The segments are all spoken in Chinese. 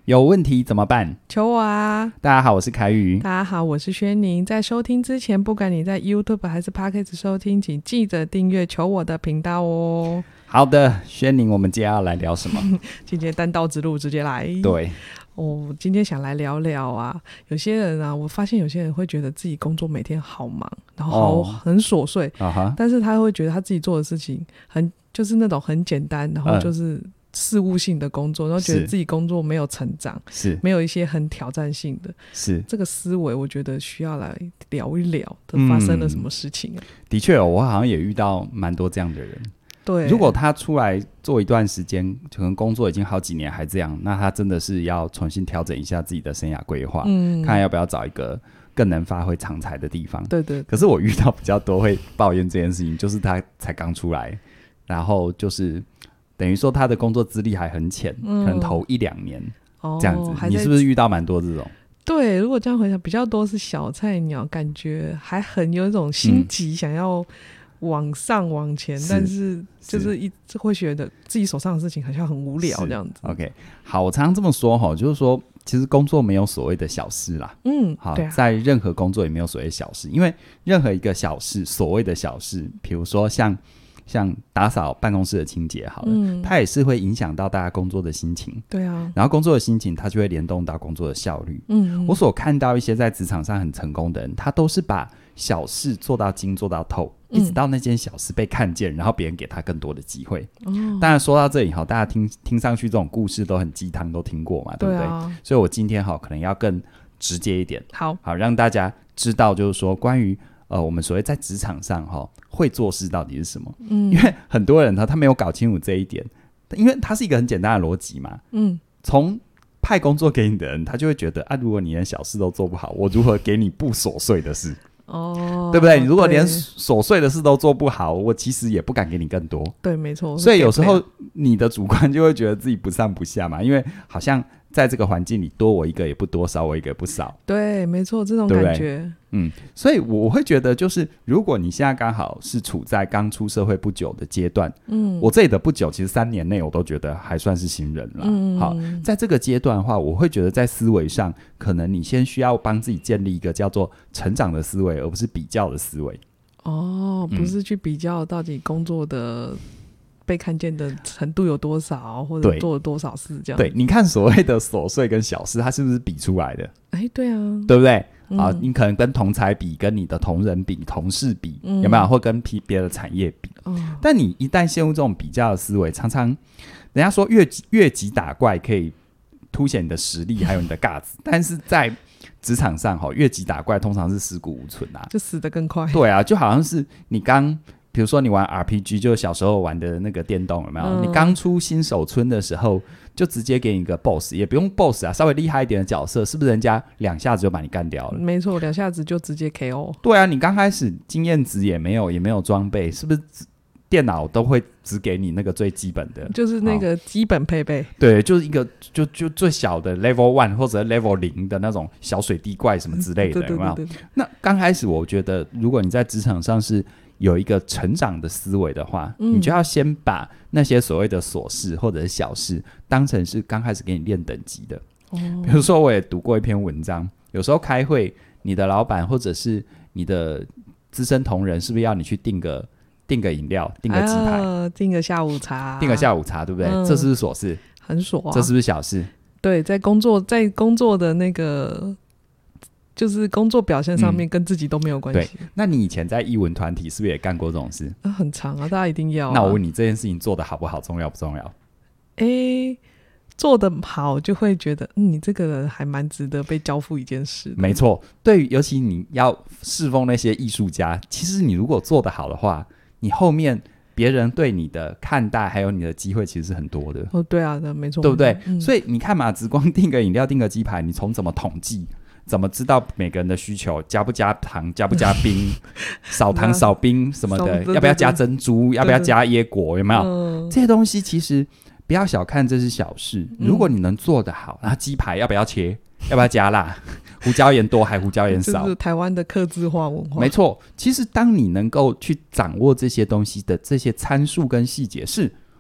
有问题怎么办？ 求我啊！ 大家好，我是凯宇。 大家好，我是轩宁。在收听之前，不管你在 YouTube 还是 Podcast 收听，请记得订阅求我的频道哦。 好的，轩宁，我们接下来要来聊什么？ 今天单刀直入，直接来。 对， 今天想来聊聊啊，有些人啊，我发现有些人会觉得自己工作每天好忙，然后很琐碎，但是他会觉得他自己做的事情就是那种很简单，然后就是事务性的工作，然后觉得自己工作没有成长，是没有一些很挑战性的，是这个思维，我觉得需要来聊一聊，发生了什么事情啊？ 的确我好像也遇到蛮多这样的人。对，如果他出来做一段时间，可能工作已经好几年还这样，那他真的是要重新调整一下自己的生涯规划，看要不要找一个更能发挥长才的地方。对对。可是我遇到比较多会抱怨这件事情，就是他才刚出来，然后就是等于说他的工作资历还很浅，可能头1-2年这样子。你是不是遇到蛮多这种？对， 如果这样回想，比较多是小菜鸟，感觉还很有一种心急，想要往上往前，但是就是一直会觉得自己手上的事情好像很无聊这样子。 OK， 好，我常常这么说哈，就是说其实工作没有所谓的小事啦。好，对啊，在任何工作也没有所谓小事，因为任何一个小事，所谓的小事，比如说像打扫办公室的清洁好了，它也是会影响到大家工作的心情。对啊，然后工作的心情它就会联动到工作的效率。我所看到一些在职场上很成功的人，他都是把小事做到精做到透，一直到那件小事被看见，然后别人给他更多的机会。当然说到这里大家听上去这种故事都很鸡汤，都听过嘛，对不对？所以我今天可能要更直接一点，好让大家知道，就是说关于我们所谓在职场上会做事到底是什么。因为很多人他没有搞清楚这一点，因为它是一个很简单的逻辑嘛。从派工作给你的人，他就会觉得如果你连小事都做不好，我如何给你不琐碎的事？对不对？你如果连琐碎的事都做不好，我其实也不敢给你更多。对，没错。所以有时候你的主观就会觉得自己不上不下嘛，因为好像在这个环境里多我一个也不多，少我一个也不少。对，没错，这种感觉。所以我会觉得，就是如果你现在刚好是处在刚出社会不久的阶段，我这里的不久其实3年内我都觉得还算是新人了。好，在这个阶段的话，我会觉得在思维上，可能你先需要帮自己建立一个叫做成长的思维，而不是比较的思维。不是去比较到底工作的被看见的程度有多少，或者做了多少事这样。对，你看所谓的琐碎跟小事，它是不是比出来的？对啊，对不对？你可能跟同才比，跟你的同仁比，同事比，有没有？或跟别的产业比。但你一旦陷入这种比较的思维，常常人家说越级打怪可以凸显你的实力还有你的架子，但是在职场上越级打怪通常是尸骨无存啊，就死得更快。对啊，就好像是你比如说你玩 RPG， 就小时候玩的那个电动，有没有？你刚出新手村的时候，就直接给你一个 boss， 也不用 boss 啊，稍微厉害一点的角色，是不是人家2下子就把你干掉了？没错，2下子就直接 KO。对啊，你刚开始经验值也没有装备，是不是电脑都会只给你那个最基本的，就是那个基本配备？对，就是一个就最小的 level 1或者 level 0的那种小水滴怪什么之类的，有没有？那刚开始我觉得，如果你在职场上是有一个成长的思维的话，你就要先把那些所谓的琐事或者是小事当成是刚开始给你练等级的。比如说我也读过一篇文章，有时候开会你的老板或者是你的资深同仁是不是要你去订个饮料，订个鸡排，订个下午茶，对不对？这是不是琐事？很琐啊。这是不是小事？对，在工作的那个就是工作表现上面跟自己都没有关系。对，那你以前在艺文团体是不是也干过这种事？很长啊，大家一定要。那我问你，这件事情做得好不好，重要不重要？做得好就会觉得你这个人还蛮值得被交付一件事的。没错，对于尤其你要侍奉那些艺术家，其实你如果做得好的话，你后面别人对你的看待还有你的机会其实是很多的。对啊，没错，对不对？所以你看嘛，只光订个饮料订个鸡排，你从怎么统计，怎么知道每个人的需求，加不加糖，加不加冰，少糖少冰什么的，要不要加珍珠，要不要加椰果，有没有？这些东西其实不要小看，这是小事。如果你能做得好，然后鸡排要不要切，要不要加辣，胡椒盐多还胡椒盐少，就是台湾的客制化文化。没错，其实当你能够去掌握这些东西的这些参数跟细节，是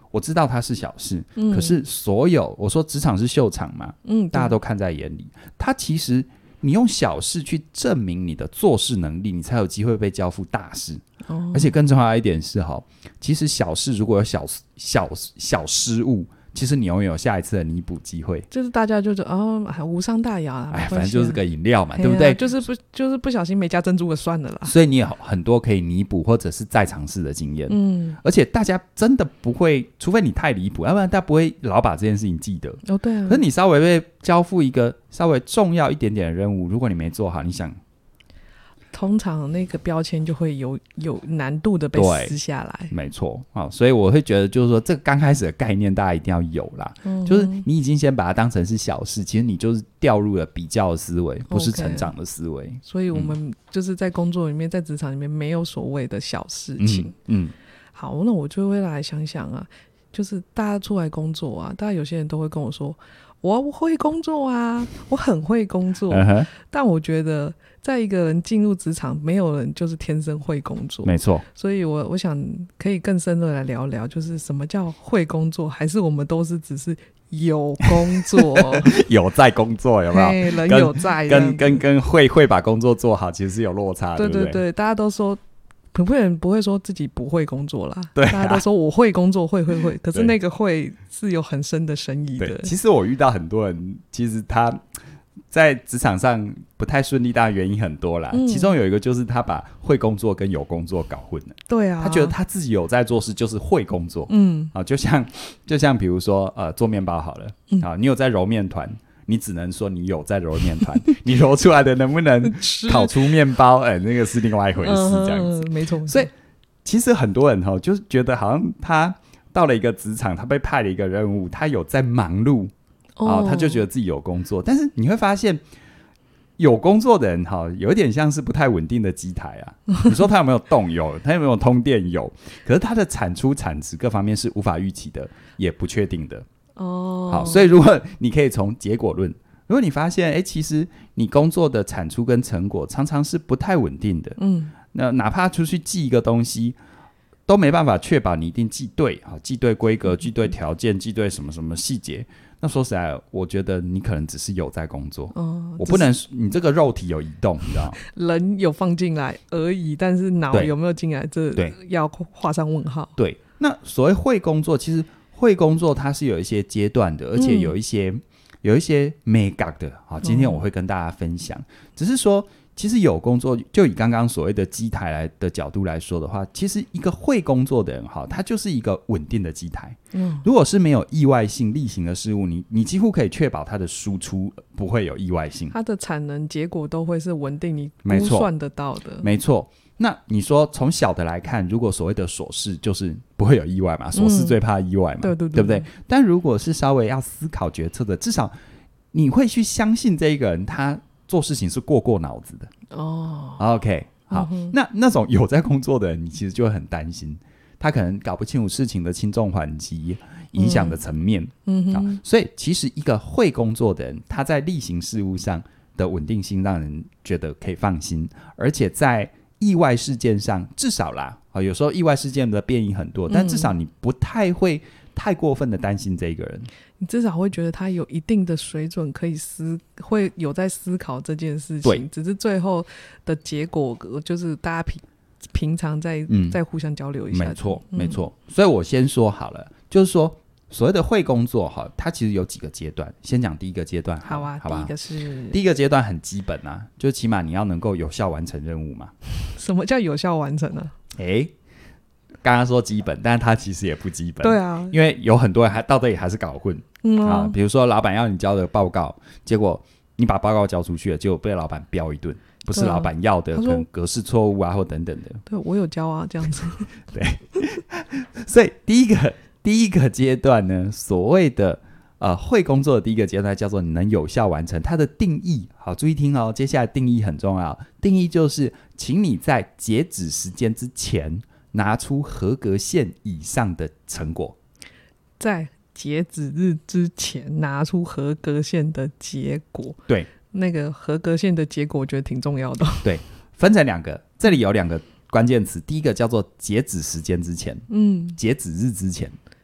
我知道它是小事，可是所有我说职场是秀场嘛，大家都看在眼里，它其实你用小事去证明你的做事能力，你才有机会被交付大事。而且更重要一点是其实小事如果有小失误，其实你永远有下一次的弥补机会， 就是大家就是无伤大雅啦， 反正就是个饮料嘛，对不对？ 就是不小心没加珍珠的算了啦。 所以你有很多可以弥补或者是再尝试的经验，而且大家真的不会，除非你太离谱，要不然大家不会老把这件事情记得。 对啊。 可是你稍微被交付一个稍微重要一点点的任务，如果你没做好，你想。 通常那个标签就会有难度的被撕下来， 没错。所以我会觉得就是说这个刚开始的概念大家一定要有啦，就是你已经先把它当成是小事，其实你就是掉入了比较的思维，不是成长的思维。 所以我们就是在工作里面，在职场里面没有所谓的小事情。好，那我就会来想想啊，就是大家出来工作啊，大家有些人都会跟我说我会工作啊，我很会工作但我觉得在一个人进入职场，没有人就是天生会工作， 没错。 所以我想可以更深入来聊聊，就是什么叫会工作，还是我们都是只是有工作有在工作，有没有？ 人有在跟会把工作做好其实是有落差的。 对，大家都说普遍人不会说自己不会工作啦， 对大家都说我会工作，会，可是那个会是有很深的深意的。 其实我遇到很多人，其实他在职场上不太顺利，当然原因很多啦，其中有一个就是他把会工作跟有工作搞混了。 对啊， 他觉得他自己有在做事就是会工作。就像比如说做面包好了，你有在揉面团，你只能说你有在揉面团你揉出来的能不能烤出面包那个是另外一回事，这样子。 没错。 所以其实很多人就是觉得好像他到了一个职场，他被派了一个任务，他有在忙碌，他就觉得自己有工作。但是你会发现有工作的人有一点像是不太稳定的机台啊。你说他有没有动？有。他有没有通电？有。可是他的产出产值各方面是无法预期的，也不确定的。好，所以如果你可以从结果论，如果你发现其实你工作的产出跟成果常常是不太稳定的，那哪怕出去记一个东西都没办法确保你一定记对，记对规格，记对条件，记对什么什么细节。那说实在，我觉得你可能只是有在工作，我不能你这个肉体有移动，你知道人有放进来而已，但是脑有没有进来，这要画上问号。 对，那所谓会工作，其实会工作它是有一些阶段的，而且有一些美感的。今天我会跟大家分享，只是说其实有工作，就以刚刚所谓的机台的角度来说的话，其实一个会工作的人他就是一个稳定的机台。如果是没有意外性例行的事物，你几乎可以确保它的输出不会有意外性， 它的产能结果都会是稳定，你估算得到的。 没错。那你说从小的来看，如果所谓的琐事就是不会有意外嘛，琐事最怕意外嘛，对不对？但如果是稍微要思考决策的，至少你会去相信这一个人他做事情是过脑子的。OK， 好，那种有在工作的人，你其实就会很担心，他可能搞不清楚事情的轻重缓急、影响的层面。所以其实一个会工作的人，他在例行事务上的稳定性让人觉得可以放心，而且在意外事件上，至少啦，有时候意外事件的变异很多，但至少你不太会太过分的担心这个人， 你至少会觉得他有一定的水准，会有在思考这件事情，只是最后的结果就是大家平常再互相交流一下。 没错。所以我先说好了，就是说所谓的会工作它其实有几个阶段。先讲第一个阶段。 好啊， 第一个阶段很基本啊，就起码你要能够有效完成任务嘛。 什么叫有效完成呢？ 刚刚说基本，但是它其实也不基本。 对啊， 因为有很多人到这里还是搞混。比如说老板要你交的报告，结果你把报告交出去了，结果被老板飙一顿，不是老板要的，可能格式错误啊或等等的。 对，我有交啊，这样子。 对，所以第一个阶段呢，所谓的会工作的第一个阶段叫做你能有效完成。它的定义，好，注意听哦，接下来定义很重要。定义就是请你在截止时间之前拿出合格线以上的成果。在截止日之前拿出合格线的结果。 对， 那个合格线的结果我觉得挺重要的。 对，分成两个，这里有两个关键词。第一个叫做截止时间之前，截止日之前。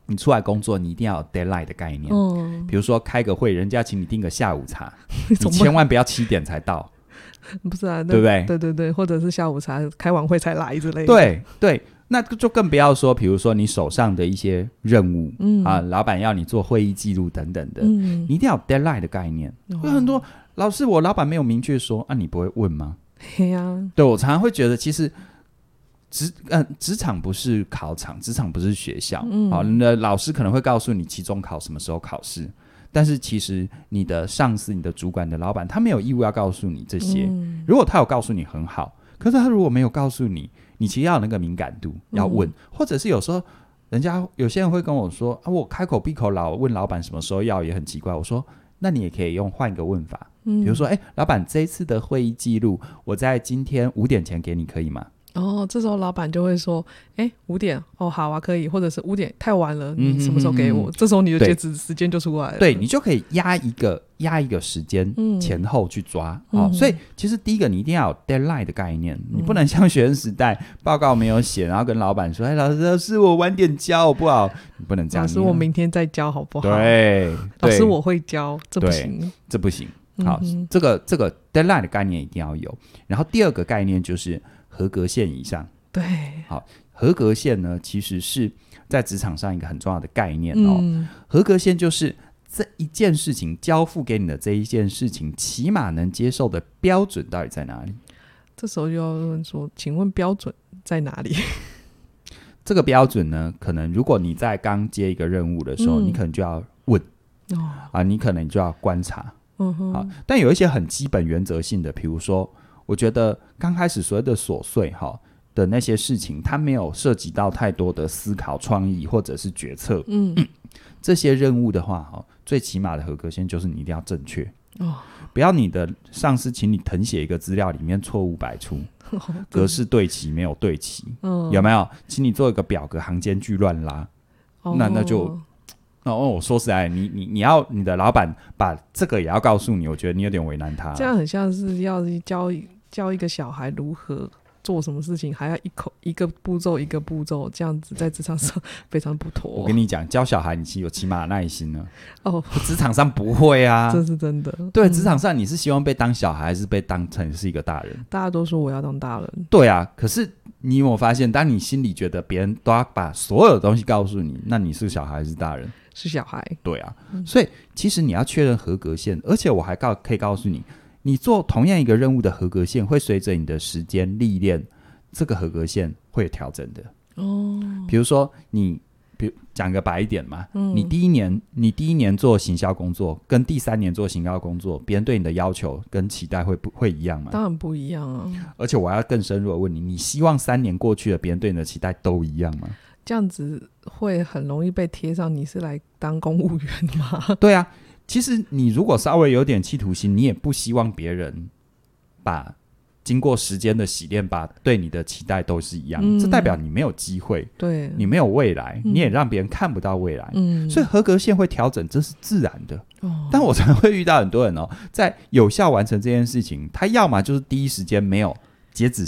你出来工作你一定要有 deadline 的概念，比如说开个会人家请你订个下午茶你千万不要7点才到不是啊， 对不对？ 对对对，或者是下午茶开完会才来之类的。 对对，那就更不要说比如说你手上的一些任务，老板要你做会议记录等等的，你一定要有 deadline 的概念。有很多老师我老板没有明确说你不会问吗？对，我常常会觉得其实职场不是考场，职场不是学校，你的老师可能会告诉你期中考什么时候考试，但是其实你的上司、你的主管、你的老板他没有义务要告诉你这些，如果他有告诉你很好，可是他如果没有告诉你，你其实要有那个敏感度要问，或者是有时候有些人会跟我说我开口闭口问老板什么时候要也很奇怪，我说那你也可以换一个问法，比如说老板这一次的会议记录我在今天5点前给你可以吗？ 这时候老板就会说5点好啊可以，或者是5点太晚了你什么时候给我，这时候你的截止时间就出来了， 对，你就可以压一个时间前后去抓，所以其实第一个你一定要有 deadline 的概念，你不能像学生时代报告没有写然后跟老板说老师我晚点交好不好，你不能这样， 老师我明天再交好不好， 对， 老师我会交，这不行， 这不行，好，这个 deadline 的概念一定要有。然后第二个概念就是合格线以上， 对， 好，合格线呢其实是在职场上一个很重要的概念合格线就是这一件事情交付给你的这一件事情起码能接受的标准到底在哪里， 这时候就要问说请问标准在哪里这个标准呢可能如果你在刚接一个任务的时候你可能就要问你可能就要观察好，但有一些很基本原则性的，比如说我觉得刚开始所谓的琐碎的那些事情它没有涉及到太多的思考创意或者是决策这些任务的话最起码的合格线就是你一定要正确不要你的上司请你誊写一个资料里面错误百出格式对齐没有对齐有没有请你做一个表格行间距乱拉那就我说实在你要你的老板把这个也要告诉你，我觉得你有点为难他， 这样很像是要教一个小孩如何做什么事情，还要一个步骤一个步骤，这样子在职场上非常不妥我跟你讲教小孩你有起码的耐心呢职场上不会啊这是真的， 对，职场上你是希望被当小孩还是被当成是一个大人？大家都说我要当大人， 对啊，可是你有没有发现当你心里觉得别人都要把所有的东西告诉你，那你是小孩还是大人？ 是小孩， 对啊所以其实你要确认合格线，而且我还可以告诉你，你做同样一个任务的合格线会随着你的时间历练，这个合格线会有调整的比如说讲个白一点嘛你第一年做行销工作跟第3年做行销工作，别人对你的要求跟期待会一样吗？ 当然不一样啊，而且我要更深入的问你，你希望3年过去了别人对你的期待都一样吗？ 这样子会很容易被贴上你是来当公务员吗？ 对啊，其实你如果稍微有点企图心，你也不希望别人把经过时间的洗练把对你的期待都是一样这代表你没有机会，对，你没有未来你也让别人看不到未来所以合格线会调整，这是自然的但我常会遇到很多人在有效完成这件事情，他要么就是第一时间没有截止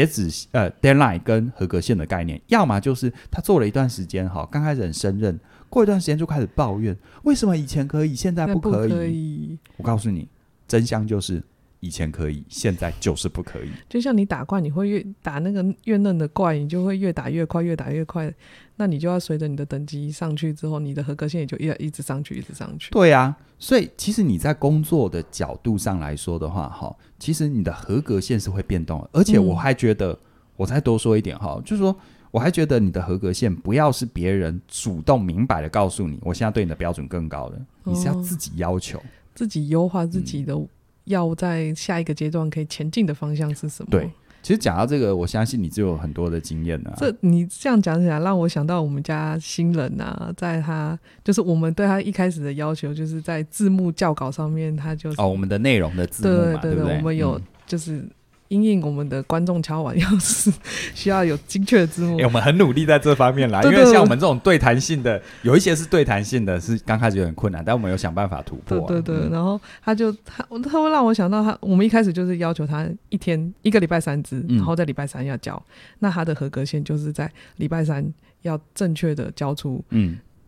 deadline 跟合格线的概念，要么就是他做了一段时间刚开始很胜任，过一段时间就开始抱怨为什么以前可以现在不可以，我告诉你真相就是以前可以现在就是不可以， 就像你打怪你会打那个越嫩的怪你就会越打越快越打越快，那你就要随着你的等级上去之后你的合格线也就一直上去一直上去。 对啊，所以其实你在工作的角度上来说的话其实你的合格线是会变动的，而且我还觉得我再多说一点就是说我还觉得你的合格线不要是别人主动明白的告诉你我现在对你的标准更高了你是要自己要求自己优化自己的要在下一个阶段可以前进的方向是什么。 对，其实讲到这个我相信你就有很多的经验了你这样讲起来让我想到我们家新人在他就是我们对他一开始的要求就是在字幕校稿上面他就是我们的内容的字幕嘛， 对不对？ 我们有就是因应我们的观众敲碗要是需要有精确的字幕我们很努力在这方面啦因为像我们这种对弹性的有一些是对弹性的是刚开始有点困难，但我们有想办法突破对然后他会让我想到我们一开始就是要求他一个礼拜3支然后在礼拜3要交那他的合格线就是在礼拜3要正确的交出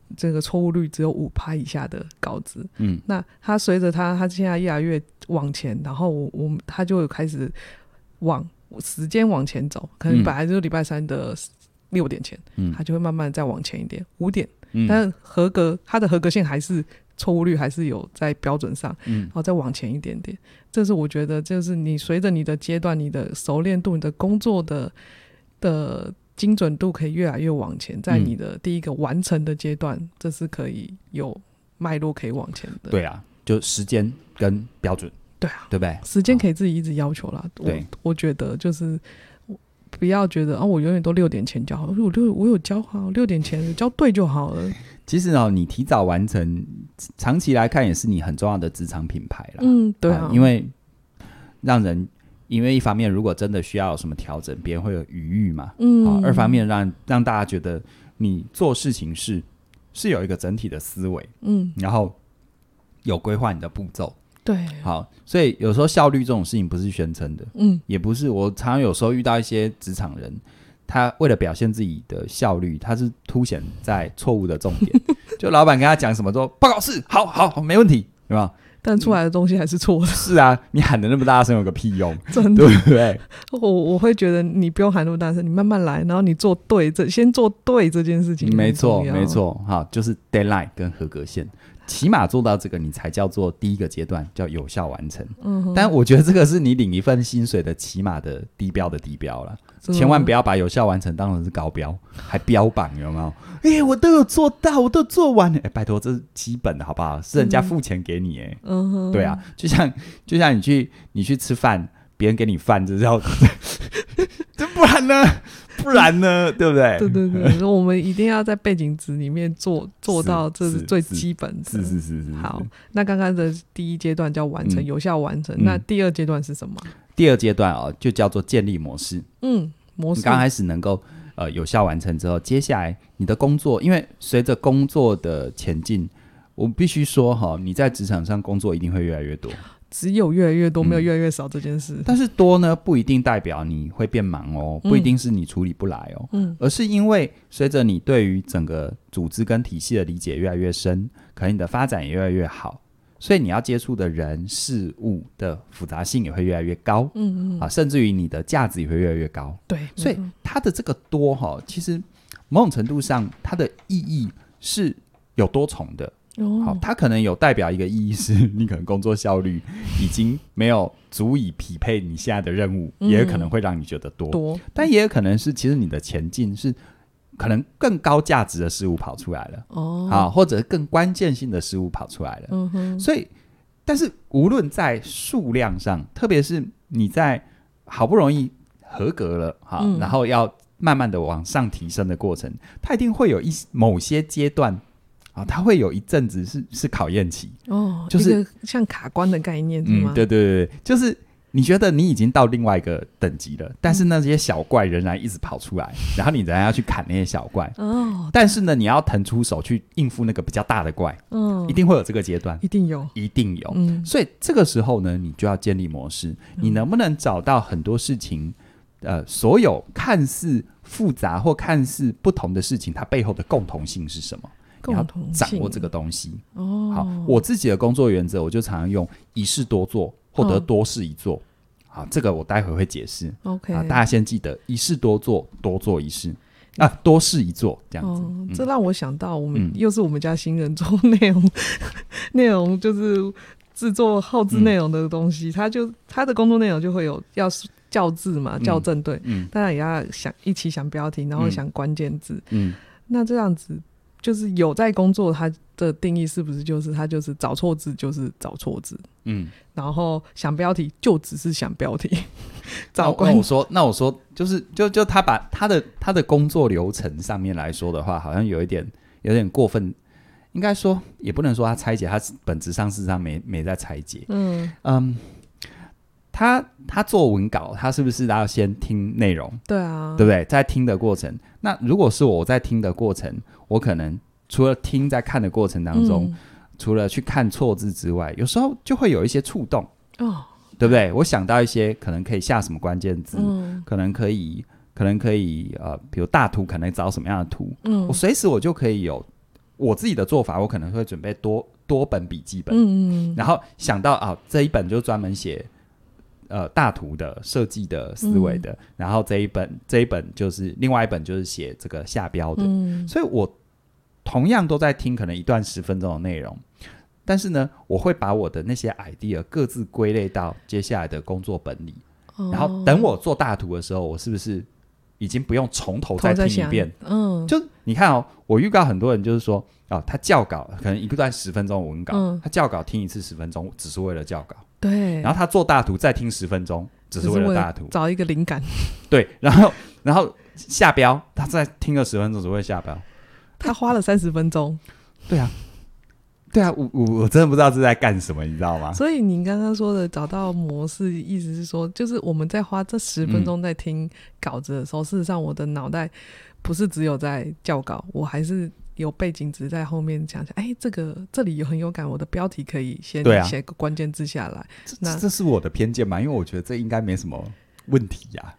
这个错误率只有5%以下的稿子。那他随着他现在越来越往前，然后他就开始往时间往前走，可能本来就是礼拜三的6点前，他就会慢慢再往前一点5点，但是他的合格线还是错误率还是有在标准上，然后再往前一点点。这是我觉得就是你随着你的阶段，你的熟练度，你的工作的精准度可以越来越往前，在你的第一个完成的阶段，这是可以有脉络可以往前的。 对啊，就时间跟标准。 对啊， 对不对？ 时间可以自己一直要求啦。我觉得就是不要觉得我永远都6点前交好，我有交好，6点前交对就好了。 其实你提早完成，长期来看也是你很重要的职场品牌啦。 对啊， 因为因为一方面如果真的需要有什么调整，别人会有余裕嘛。二方面让大家觉得你做事情是有一个整体的思维，然后有规划你的步骤。 对， 好，所以有时候效率这种事情不是宣称的，也不是。我常常有时候遇到一些职场人，他为了表现自己的效率，他是凸显在错误的重点。就老板跟他讲什么说报告是好没问题，有没有？ 但出来的东西还是错的。 是啊，你喊的那么大声有个屁用， 真的， 对不对？ 我会觉得你不用喊那么大声，你慢慢来，然后你做对，先做对这件事情。 没错，好，就是 deadline 跟合格线。起码做到这个，你才叫做第一个阶段，叫有效完成。但我觉得这个是你领一份薪水的起码的低标的低标了，千万不要把有效完成当成是高标，还标榜有没有？我都有做到，我都做完了。拜托，这是基本的好不好？是人家付钱给你对啊，就像你去吃饭，别人给你饭，这叫这不然呢？对不对？ 对，我们一定要在背景值里面做到，这是最基本的。 是。 好，那刚刚的第一阶段叫完成，有效完成。那第二阶段是什么？ 第二阶段就叫做建立模式。模式。你刚开始能够有效完成之后，接下来你的工作，因为随着工作的前进，我必须说你在职场上工作一定会越来越多。 只有越来越多，没有越来越少这件事。 但是多呢，不一定代表你会变忙不一定是你处理不来而是因为随着你对于整个组织跟体系的理解越来越深，可能你的发展也越来越好，所以你要接触的人事物的复杂性也会越来越高，甚至于你的价值也会越来越高。 对， 所以它的这个多其实某种程度上它的意义是有多重的。好，它可能有代表一个意义是你可能工作效率已经没有足以匹配你现在的任务，也有可能会让你觉得多，但也有可能是其实你的前进是可能更高价值的事物跑出来了，或者更关键性的事物跑出来了，所以但是无论在数量上，特别是你在好不容易合格了然后要慢慢的往上提升的过程，它一定会有某些阶段它会有一阵子是考验期就是一个像卡关的概念是吗？ 对，就是你觉得你已经到另外一个等级了，但是那些小怪仍然一直跑出来，然后你仍然要去砍那些小怪但是呢你要腾出手去应付那个比较大的怪一定会有这个阶段， 一定有所以这个时候呢你就要建立模式，你能不能找到很多事情所有看似复杂或看似不同的事情，它背后的共同性是什么，你要掌握这个东西好，我自己的工作原则，我就常常用一事多做或者多事一做好，这个我待会会解释大家先记得一事多做，多做一事多事一做这样子这让我想到又是我们家新人做内容就是制作后置内容的东西，他的工作内容就会有要校字嘛，校正对当然也要一起想标题，然后想关键字那这样子就是有在工作，它的定义是不是就是它就是找错字就是找错字然后想标题就只是想标题那我说就是就他把他的工作流程上面来说的话，好像有点过分，应该说也不能说他拆解，他本质上事实上没在拆解他做文稿，他是不是要先听内容？ 对啊， 对不对？在听的过程，那如果是我在听的过程，我可能除了听，在看的过程当中除了去看错字之外，有时候就会有一些触动对不对？我想到一些可能可以下什么关键字可能可以比如大图可能找什么样的图我随时我就可以有我自己的做法，我可能会准备多本笔记本，然后想到这一本就专门写大图的设计的思维的，然后这一本就是另外一本就是写这个下标的，所以我同样都在听可能一段10分钟的内容，但是呢我会把我的那些 idea 各自归类到接下来的工作本里，然后等我做大图的时候，我是不是已经不用从头再听一遍？就你看我预告很多人就是说他校稿可能一段10分钟的文稿，他校稿听一次10分钟只是为了校稿， 对， 然后他做大图再听10分钟只是为了大图， 找一个灵感， 对，然后下标他再听了10分钟只会下标， 他花了30分钟， 对啊，我真的不知道这在干什么，你知道吗？ 所以你刚刚说的找到模式，意思是说，就是我们在花这10分钟在听稿子的时候，事实上我的脑袋不是只有在校稿，我还是有背景值在后面讲，这里很有感，我的标题可以先写个关键字下来。 这是我的偏见嘛？因为我觉得这应该没什么问题呀。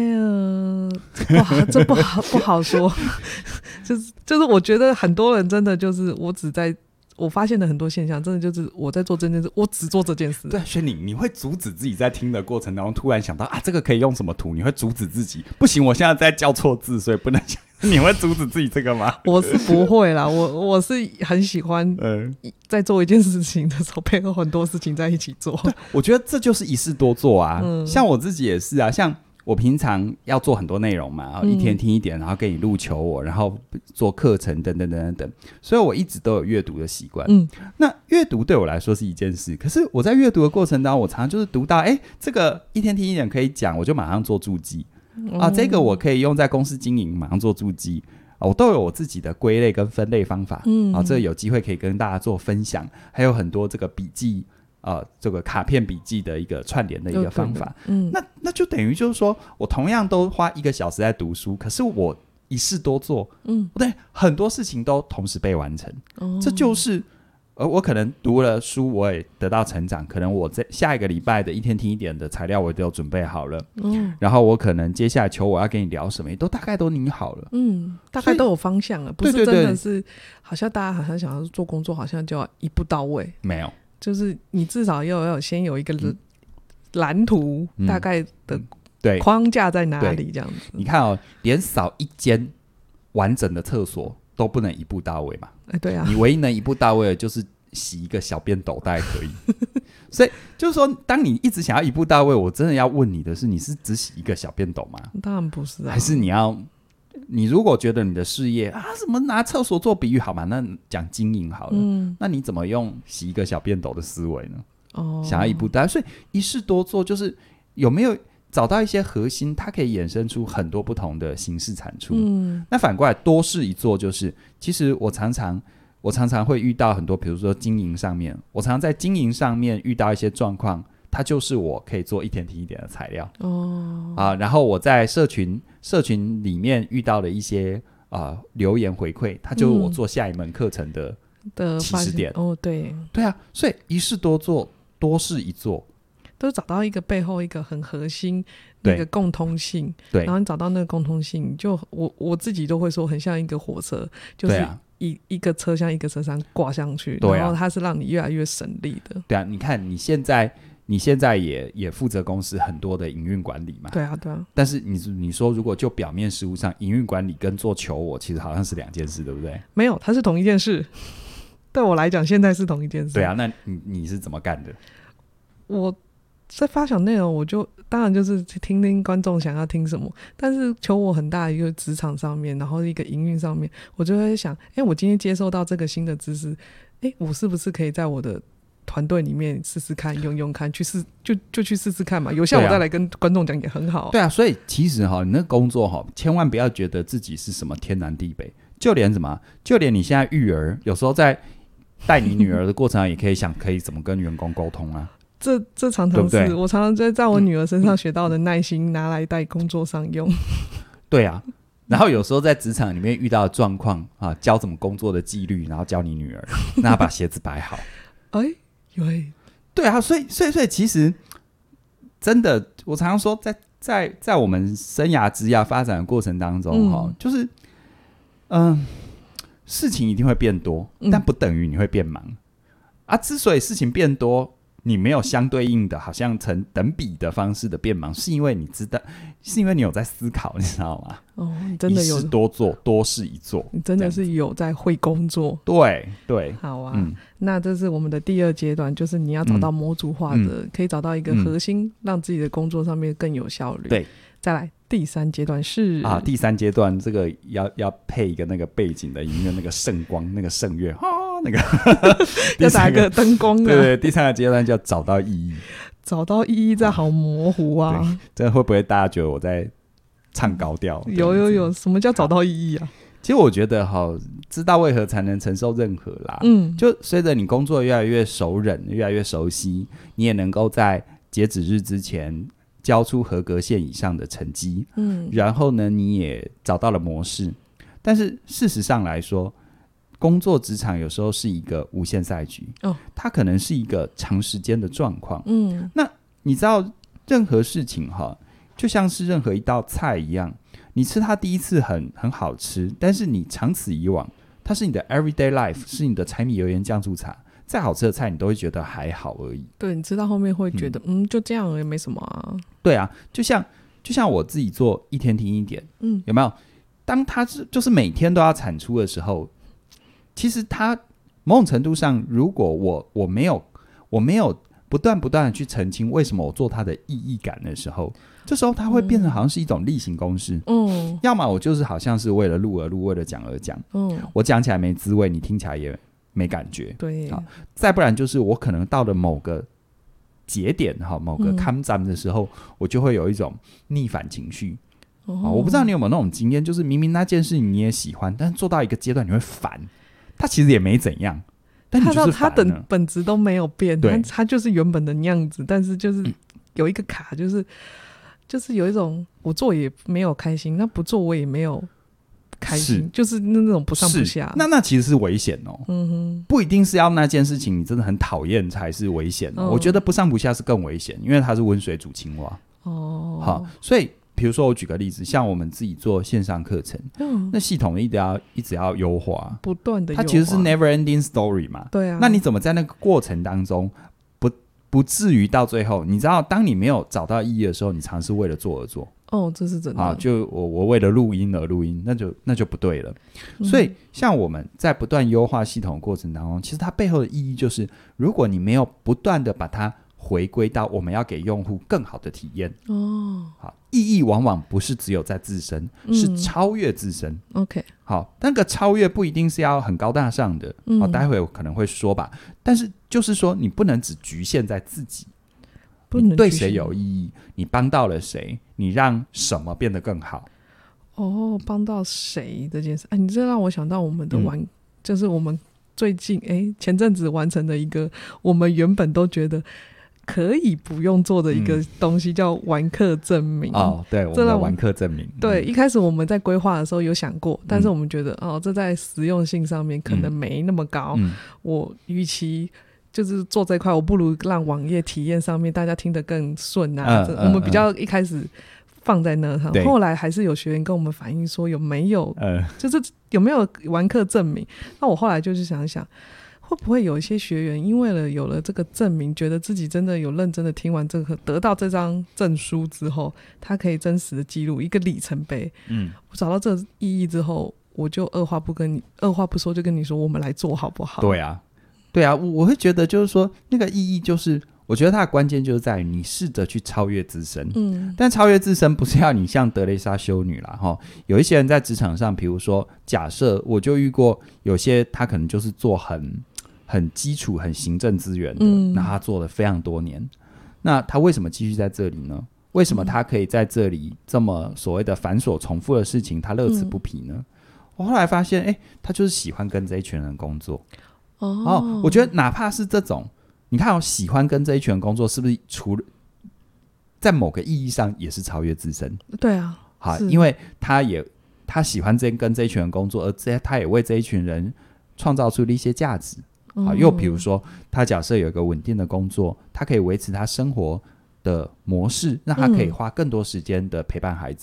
这不好说。就是我觉得很多人真的就是我发现的很多现象，真的就是我在做这件事，我只做这件事。 对，所以你会阻止自己在听的过程当中突然想到这个可以用什么图，你会阻止自己，不行，我现在在教错字，所以不能讲。你会阻止自己这个吗？ 我是不会啦，我是很喜欢在做一件事情的时候配合很多事情在一起做。 我觉得这就是一事多做啊。像我自己也是啊，像我平常要做很多内容嘛，一天听一点，然后给你录求我，然后做课程等等等等等，所以我一直都有阅读的习惯。那阅读对我来说是一件事，可是我在阅读的过程当中，我常常就是读到这个一天听一点可以讲，我就马上做注记这个我可以用在公司经营，马上做注记我都有我自己的归类跟分类方法这个有机会可以跟大家做分享，还有很多这个笔记这个卡片笔记的一个串联的一个方法。那就等于就是说我同样都花1个小时在读书，可是我一事多做，对，很多事情都同时被完成。这就是我可能读了书，我也得到成长，可能我在下一个礼拜的一天听一点的材料我都有准备好了，然后我可能接下来求我要跟你聊什么，也都大概都拟好了， 大概都有方向了，不是真的是好像大家好像想要做工作，好像就要一步到位， 没有， 就是你至少要先有一个蓝图，大概的框架在哪里这样子。 你看连扫一间完整的厕所都不能一步到位嘛。 对啊， 你唯一能一步到位的就是洗一个小便斗大概可以。所以就是说当你一直想要一步到位，我真的要问你的是，你是只洗一个小便斗吗？ 当然不是还是你如果觉得你的事业什么拿厕所做比喻好吗？那讲经营好了，那你怎么用洗一个小便斗的思维呢？想要一步到位，所以一事多做，就是有没有找到一些核心，它可以衍生出很多不同的形式产出。那反过来多事一做，就是其实我常常会遇到很多，比如说经营上面，我常常在经营上面遇到一些状况，它就是我可以做一天听一点的材料。然后我在社群里面遇到的一些留言回馈，它就是我做下一门课程的起始点。对啊，所以一事多做，多事一做， 都找到一个背后一个很核心那个共通性，然后你找到那个共通性，就我自己都会说很像一个火车，就是一个车厢一个车厢挂上去，然后它是让你越来越省力的。 对啊，你看你现在也负责公司很多的营运管理嘛。 对啊。 但是你说如果就表面事务上，营运管理跟做求我其实好像是2件事，对不对？ 没有，它是同一件事。对我来讲现在是同一件事。 对啊，那你是怎么干的？ 我在发想内容，我就当然就是听听观众想要听什么，但是求我很大一个职场上面，然后一个营运上面，我就会想我今天接受到这个新的知识，我是不是可以在我的团队里面试试看，用看，去去试试看嘛，有效我再来跟观众讲也很好。 对啊，所以其实你那工作千万不要觉得自己是什么天南地北，就连你现在育儿，有时候在带你女儿的过程中也可以想可以怎么跟员工沟通啊。 这常常是我常常在我女儿身上学到的耐心，拿来在工作上用。对啊，然后有时候在职场里面遇到的状况教怎么工作的纪律，然后教你女儿，让她把鞋子摆好。对啊，所以其实真的，我常常说，在我们生涯职涯发展的过程当中，就是事情一定会变多，但不等于你会变忙啊。之所以事情变多，你没有相对应的好像成等比的方式的变忙，是因为你知道，是因为你有在思考，你知道吗？ 你真的有一事多做，多事一做， 你真的是有在会工作。 对对， 好啊，那这是我们的第2阶段，就是你要找到模组化的，可以找到一个核心，让自己的工作上面更有效率。 对， 再来第3阶段是第3阶段这个要配一个那个背景的音乐，那个圣光，那个圣乐那个要打个灯光的。 对，第3个阶段叫找到意义。 找到意义，这好模糊啊！ 这会不会大家觉得我在唱高调？ 有，什么叫找到意义啊？ 其实我觉得知道为何才能承受任何啦。就随着你工作越来越熟稔，越来越熟悉，你也能够在截止日之前交出合格线以上的成绩。然后呢，你也找到了模式。但是事实上来说，工作职场有时候是一个无限赛局，它可能是一个长时间的状况。那你知道任何事情就像是任何一道菜一样，你吃它第一次很好吃，但是你长此以往，它是你的 everyday life， 是你的柴米油盐酱醋茶，再好吃的菜你都会觉得还好而已。 对，你吃到后面会觉得就这样也没什么啊。 对啊，就像我自己做一天听一点，有没有？当它就是每天都要产出的时候，其实它某种程度上，如果我没有不断的去澄清为什么我做它的意义感的时候，这时候它会变成好像是一种例行公事。要么我就是好像是为了录而录，为了讲而讲。我讲起来没滋味，你听起来也没感觉。 对， 再不然就是我可能到了某个节点某个看站的时候，我就会有一种逆反情绪。我不知道你有没有那种经验，就是明明那件事情你也喜欢，但是做到一个阶段你会烦。他其实也没怎样，但你就是烦了。他的本质都没有变，他就是原本的样子，但是就是有一个卡，就是有一种我做也没有开心，那不做我也没有开心，就是那种不上不下。 那其实是危险哦。不一定是要那件事情你真的很讨厌才是危险哦。我觉得不上不下是更危险，因为它是温水煮青蛙。好，所以比如说我举个例子，像我们自己做线上课程，那系统一直要优化， 不断的优化， 它其实是 never ending story 嘛。 对啊， 那你怎么在那个过程当中不至于到最后，你知道当你没有找到意义的时候，你尝试为了做而做。 这是真的。 就我为了录音而录音，那就不对了。所以像我们在不断优化系统的过程当中，其实它背后的意义就是，如果你没有不断的把它回归到我们要给用户更好的体验。好，意义往往不是只有在自身，是超越自身。 OK， 好，那个超越不一定是要很高大上的。待会我可能会说吧。但是就是说，你不能只局限在自己，你对谁有意义，你帮到了谁，你让什么变得更好。 帮到谁这件事，你这让我想到我们的就是我们最近前阵子完成的一个，我们原本都觉得可以不用做的一个东西，叫玩客证明。 对，我们的玩客证明。 对，一开始我们在规划的时候有想过，但是我们觉得这在实用性上面可能没那么高。我与其就是做这块，我不如让网页体验上面大家听得更顺啊。我们比较一开始放在那上，后来还是有学员跟我们反映说有没有就是有没有玩客证明。那我后来就是想想，会不会有一些学员因为有了这个证明，觉得自己真的有认真的听完这个，得到这张证书之后，他可以真实的记录一个里程碑。我找到这个意义之后，我就二话不说就跟你说，我们来做好不好？ 对啊，我会觉得就是说，那个意义就是，我觉得它的关键就是在于你试着去超越自身。但超越自身不是要你像德蕾莎修女啦。有一些人在职场上，比如说假设我就遇过有些他可能就是做很基础很行政资源的，那他做了非常多年，那他为什么继续在这里呢？为什么他可以在这里这么所谓的繁琐重复的事情他乐此不疲呢？我后来发现他就是喜欢跟这一群人工作。我觉得哪怕是这种，你看喜欢跟这一群人工作，是不是除了在某个意义上也是超越自身？ 对啊， 好，因为他喜欢跟这一群人工作，而他也为这一群人创造出了一些价值。又比如说他假设有一个稳定的工作，他可以维持他生活的模式，让他可以花更多时间的陪伴孩子。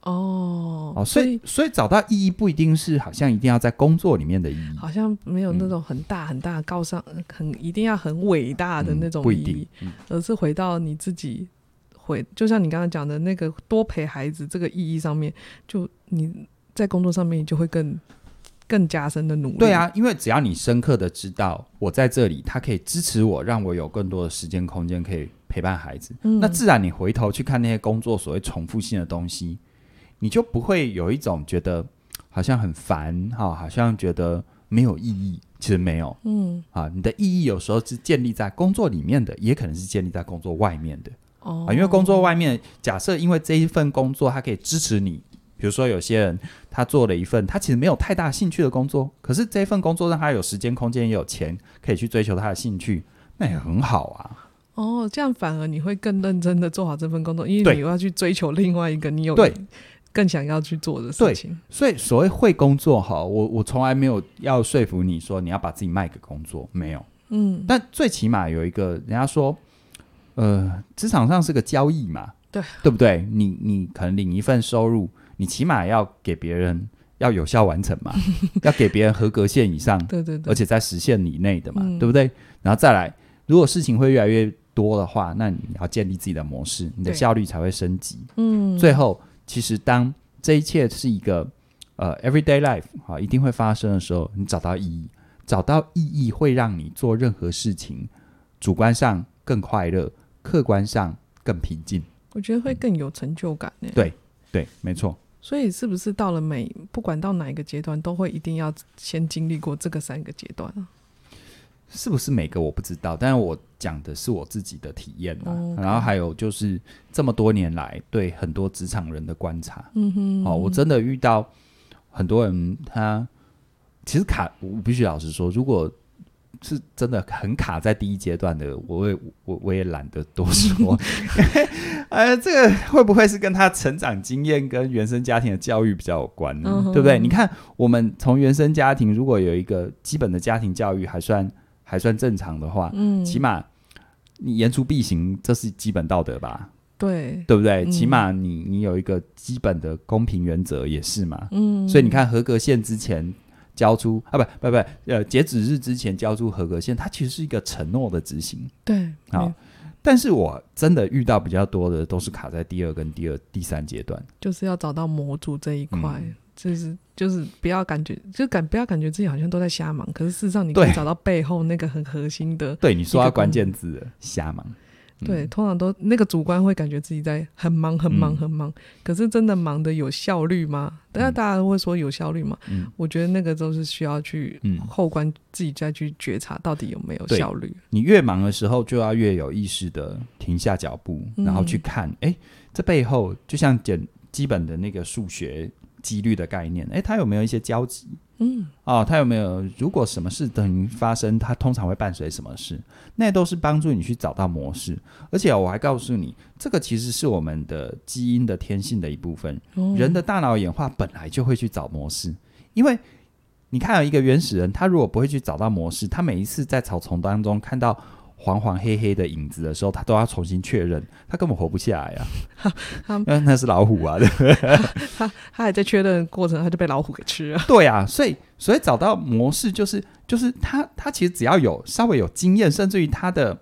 所以找到意义不一定是好像一定要在工作里面的意义， 好像没有那种很大很大高尚一定要很伟大的那种意义，而是回到你自己，就像你刚刚讲的那个多陪孩子这个意义上面，就你在工作上面就会更加深的努力。 对啊，因为只要你深刻的知道我在这里，他可以支持我，让我有更多的时间空间可以陪伴孩子，那自然你回头去看那些工作所谓重复性的东西，你就不会有一种觉得好像很烦，好像觉得没有意义。其实没有，你的意义有时候是建立在工作里面的，也可能是建立在工作外面的。因为工作外面，假设因为这一份工作它可以支持你，比如说有些人他做了一份他其实没有太大兴趣的工作，可是这一份工作让他有时间空间也有钱可以去追求他的兴趣，那也很好啊。 这样反而你会更认真的做好这份工作，因为你要去追求另外一个你有更想要去做的事情。对， 所以所谓会工作我从来没有要说服你说你要把自己卖给工作，没有。但最起码有一个人家说职场上是个交易嘛，对不对？你可能领一份收入，你起码要给别人要有效完成嘛要给别人合格线以上对， 而且在实现以内的嘛，对不对？然后再来，如果事情会越来越多的话，那你要建立自己的模式，你的效率才会升级。最后其实当这一切是一个everyday life 一定会发生的时候，你找到意义会让你做任何事情主观上更快乐，客观上更平静， 我觉得会更有成就感。 对，没错。 所以是不是到了不管到哪一个阶段都会一定要先经历过这个3个阶段啊？ 是不是每个我不知道，但是我讲的是我自己的体验然后还有就是这么多年来对很多职场人的观察。我真的遇到很多人他其实我必须老实说，如果是真的很卡在第一阶段的，我也懒得多说这个会不会是跟他成长经验跟原生家庭的教育比较有关呢？对不对？你看我们从原生家庭如果有一个基本的家庭教育还算正常的话，起码你言出必行，这是基本道德吧？对不对？起码你有一个基本的公平原则也是嘛。所以你看合格线之前交出截止日之前交出合格线，它其实是一个承诺的执行。 对，好。 但是我真的遇到比较多的都是卡在第2跟第3阶段，就是要找到模组这一块。就是不要感觉自己好像都在瞎忙，可是事实上你可以找到背后那个很核心的。 对，你说到关键字了，瞎忙。 对，通常都那个主观会感觉自己在很忙，可是真的忙的有效率吗？大家会说有效率吗？我觉得那个都是需要去后观自己再去觉察到底有没有效率。 你越忙的时候就要越有意识的停下脚步，然后去看这背后就像基本的那个数学几率的概念，它有没有一些交集？它有没有如果什么事等于发生，它通常会伴随什么事？那都是帮助你去找到模式。而且我还告诉你，这个其实是我们的基因的天性的一部分。人的大脑演化本来就会去找模式，因为你看到一个原始人，他如果不会去找到模式，他每一次在草丛当中看到黄黄黑黑的影子的时候，他都要重新确认，他根本活不下来啊那是老虎啊对不对他还在确认的过程，他就被老虎给吃了。 对啊，所以找到模式就是他其实只要有稍微有经验，甚至于他的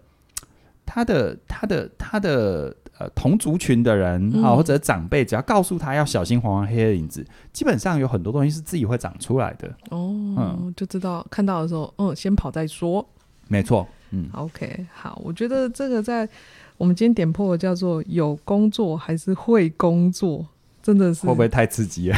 同族群的人或者长辈，只要告诉他要小心黄黄黑黑的影子，基本上有很多东西是自己会长出来的。 就知道看到的时候先跑再说。 没错。 OK， 好，我觉得这个在我们今天点破的叫做有工作还是会工作，真的是会不会太刺激了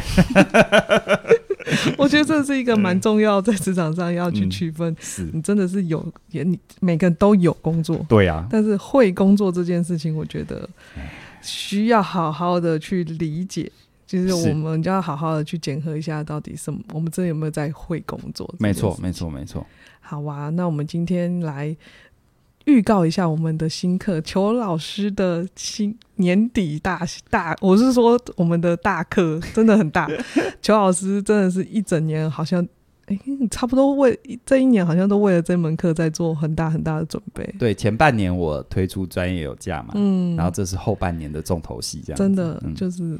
我觉得这是一个蛮重要，在职场上要去区分，你真的是你每个人都有工作， 对啊， 但是会工作这件事情，我觉得需要好好的去理解。就是我们就要好好的去检核一下，到底我们这有没有在会工作。 没错。 好啊，那我们今天来预告一下我们的新课，裘老师的年底大，我是说我们的大课真的很大。裘老师真的是一整年，好像差不多这一年好像都为了这门课在做很大很大的准备。 对，前半年我推出专业有价嘛，然后这是后半年的重头戏，这样子真的就是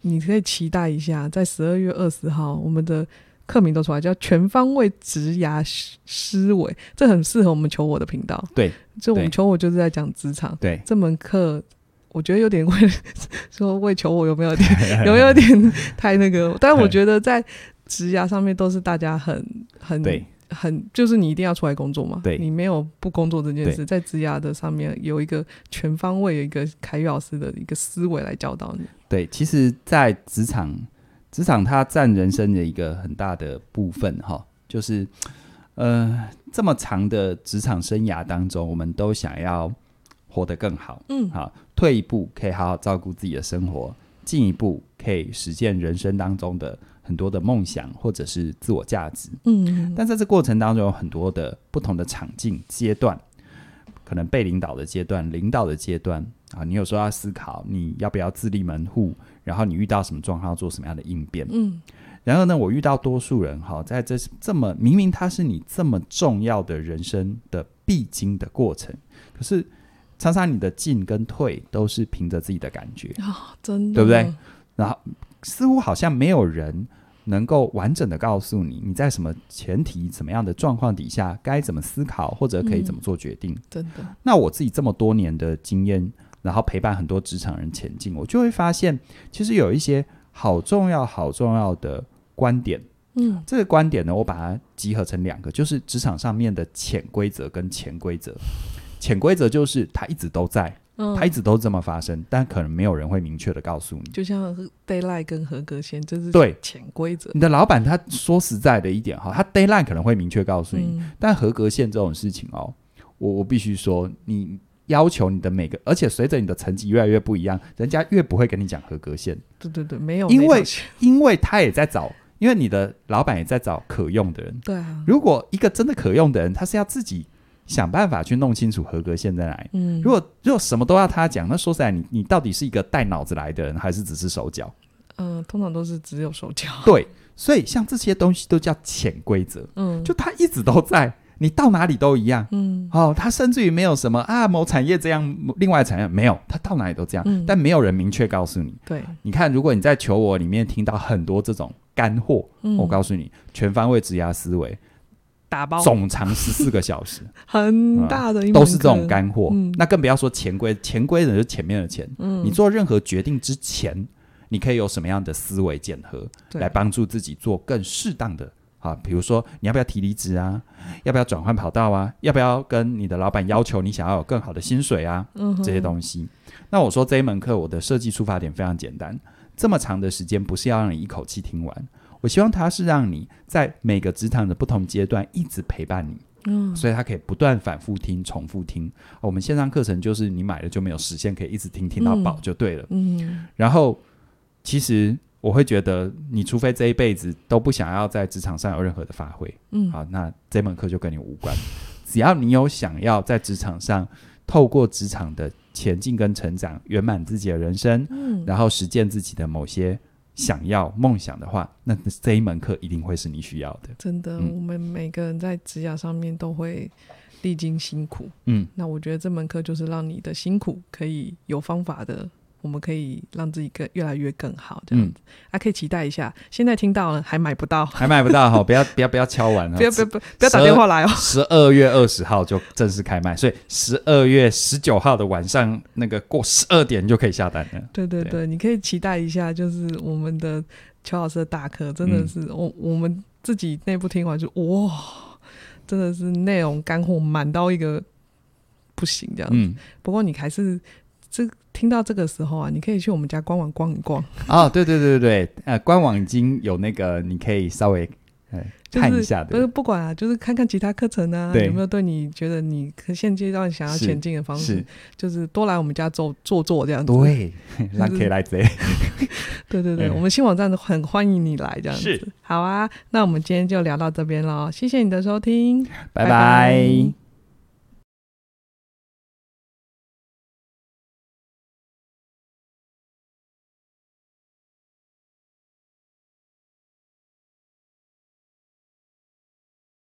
你可以期待一下，在12月20号我们的课名都出来，叫全方位职涯思维，这很适合我们求我的频道。 对， 就我们求我就是在讲职场。 对， 这门课我觉得有点为求我有没有点太那个？但我觉得在职涯上面都是大家很就是你一定要出来工作嘛， 对， 你没有不工作这件事，在职涯的上面有一个全方位，有一个凯宇老师的一个思维来教导你。 对，其实在职场它占人生的一个很大的部分就是这么长的职场生涯当中，我们都想要活得更好，好，退一步可以好好照顾自己的生活，进一步可以实现人生当中的很多的梦想或者是自我价值。但在这过程当中有很多的不同的场景阶段，可能被领导的阶段，领导的阶段啊，你有时候要思考你要不要自立门户，然后你遇到什么状况要做什么样的应变。然后呢，我遇到多数人在这么明明它是你这么重要的人生的必经的过程，可是常常你的进跟退都是凭着自己的感觉真的， 对不对？然后似乎好像没有人能够完整的告诉你你在什么前提什么样的状况底下该怎么思考或者可以怎么做决定。 真的。那我自己这么多年的经验，然后陪伴很多职场人前进，我就会发现其实有一些好重要的观点。这个观点呢，我把它集合成2个，就是职场上面的潜规则跟潜规则。潜规则就是它一直都在，它一直都这么发生，但可能没有人会明确的告诉你。 就像 deadline 跟合格线，这是潜规则。 你的老板他说实在的一点他 deadline 可能会明确告诉你，但合格线这种事情我必须说，你要求你的每个，而且随着你的成绩越来越不一样，人家越不会跟你讲合格线。 对，没有， 因为他也在找，因为你的老板也在找可用的人。 对啊， 如果一个真的可用的人，他是要自己想办法去弄清楚合格线在哪里。如果什么都要他讲，那说实在你到底是一个带脑子来的人，还是只是手脚？ 通常都是只有手脚。 对，所以像这些东西都叫潜规则。就它一直都在，你到哪里都一样。它甚至于没有什么某产业这样，另外产业没有，它到哪里都这样。但没有人明确告诉你。 对， 你看，如果你在求我里面听到很多这种干货，我告诉你，全方位职涯思维。 打包总长14个小时很大的一门课都是这种干货。那更不要说潜规则就是前面的钱。你做任何决定之前，你可以有什么样的思维检核来帮助自己做更适当的比如说你要不要提离职啊，要不要转换跑道啊，要不要跟你的老板要求你想要有更好的薪水啊，这些东西。那我说这一门课我的设计出发点非常简单，这么长的时间不是要让你一口气听完，我希望它是让你在每个职场的不同阶段一直陪伴你。所以它可以不断反复听重复听。我们线上课程就是你买了就没有时限，可以一直听到饱就对了。然后其实我会觉得你除非这一辈子都不想要在职场上有任何的发挥，好，那这门课就跟你无关。只要你有想要在职场上透过职场的前进跟成长圆满自己的人生，然后实践自己的某些想要梦想的话，那这一门课一定会是你需要的。 真的，我们每个人在职涯上面都会历经辛苦，那我觉得这门课就是让你的辛苦可以有方法的，我们可以让自己越来越更好，这样子。可以期待一下。现在听到了还买不到不要敲完了，不要打电话来 12月20号就正式开卖，所以12月19号的晚上那个过12点就可以下单了。 对，你可以期待一下，就是我们的邱老师的大课真的是我们自己内部听完就哇，真的是内容干货满到一个不行这样子。不过你还是听到这个时候你可以去我们家官网逛一逛。 对，官网已经有那个你可以稍微看一下的， 不管就是看看其他课程有没有对你觉得你现阶段想要前进的方式，就是多来我们家坐这样子。 对，那可以来这。 对，我们新网站很欢迎你来这样子。好啊，那我们今天就聊到这边了，谢谢你的收听， 拜拜。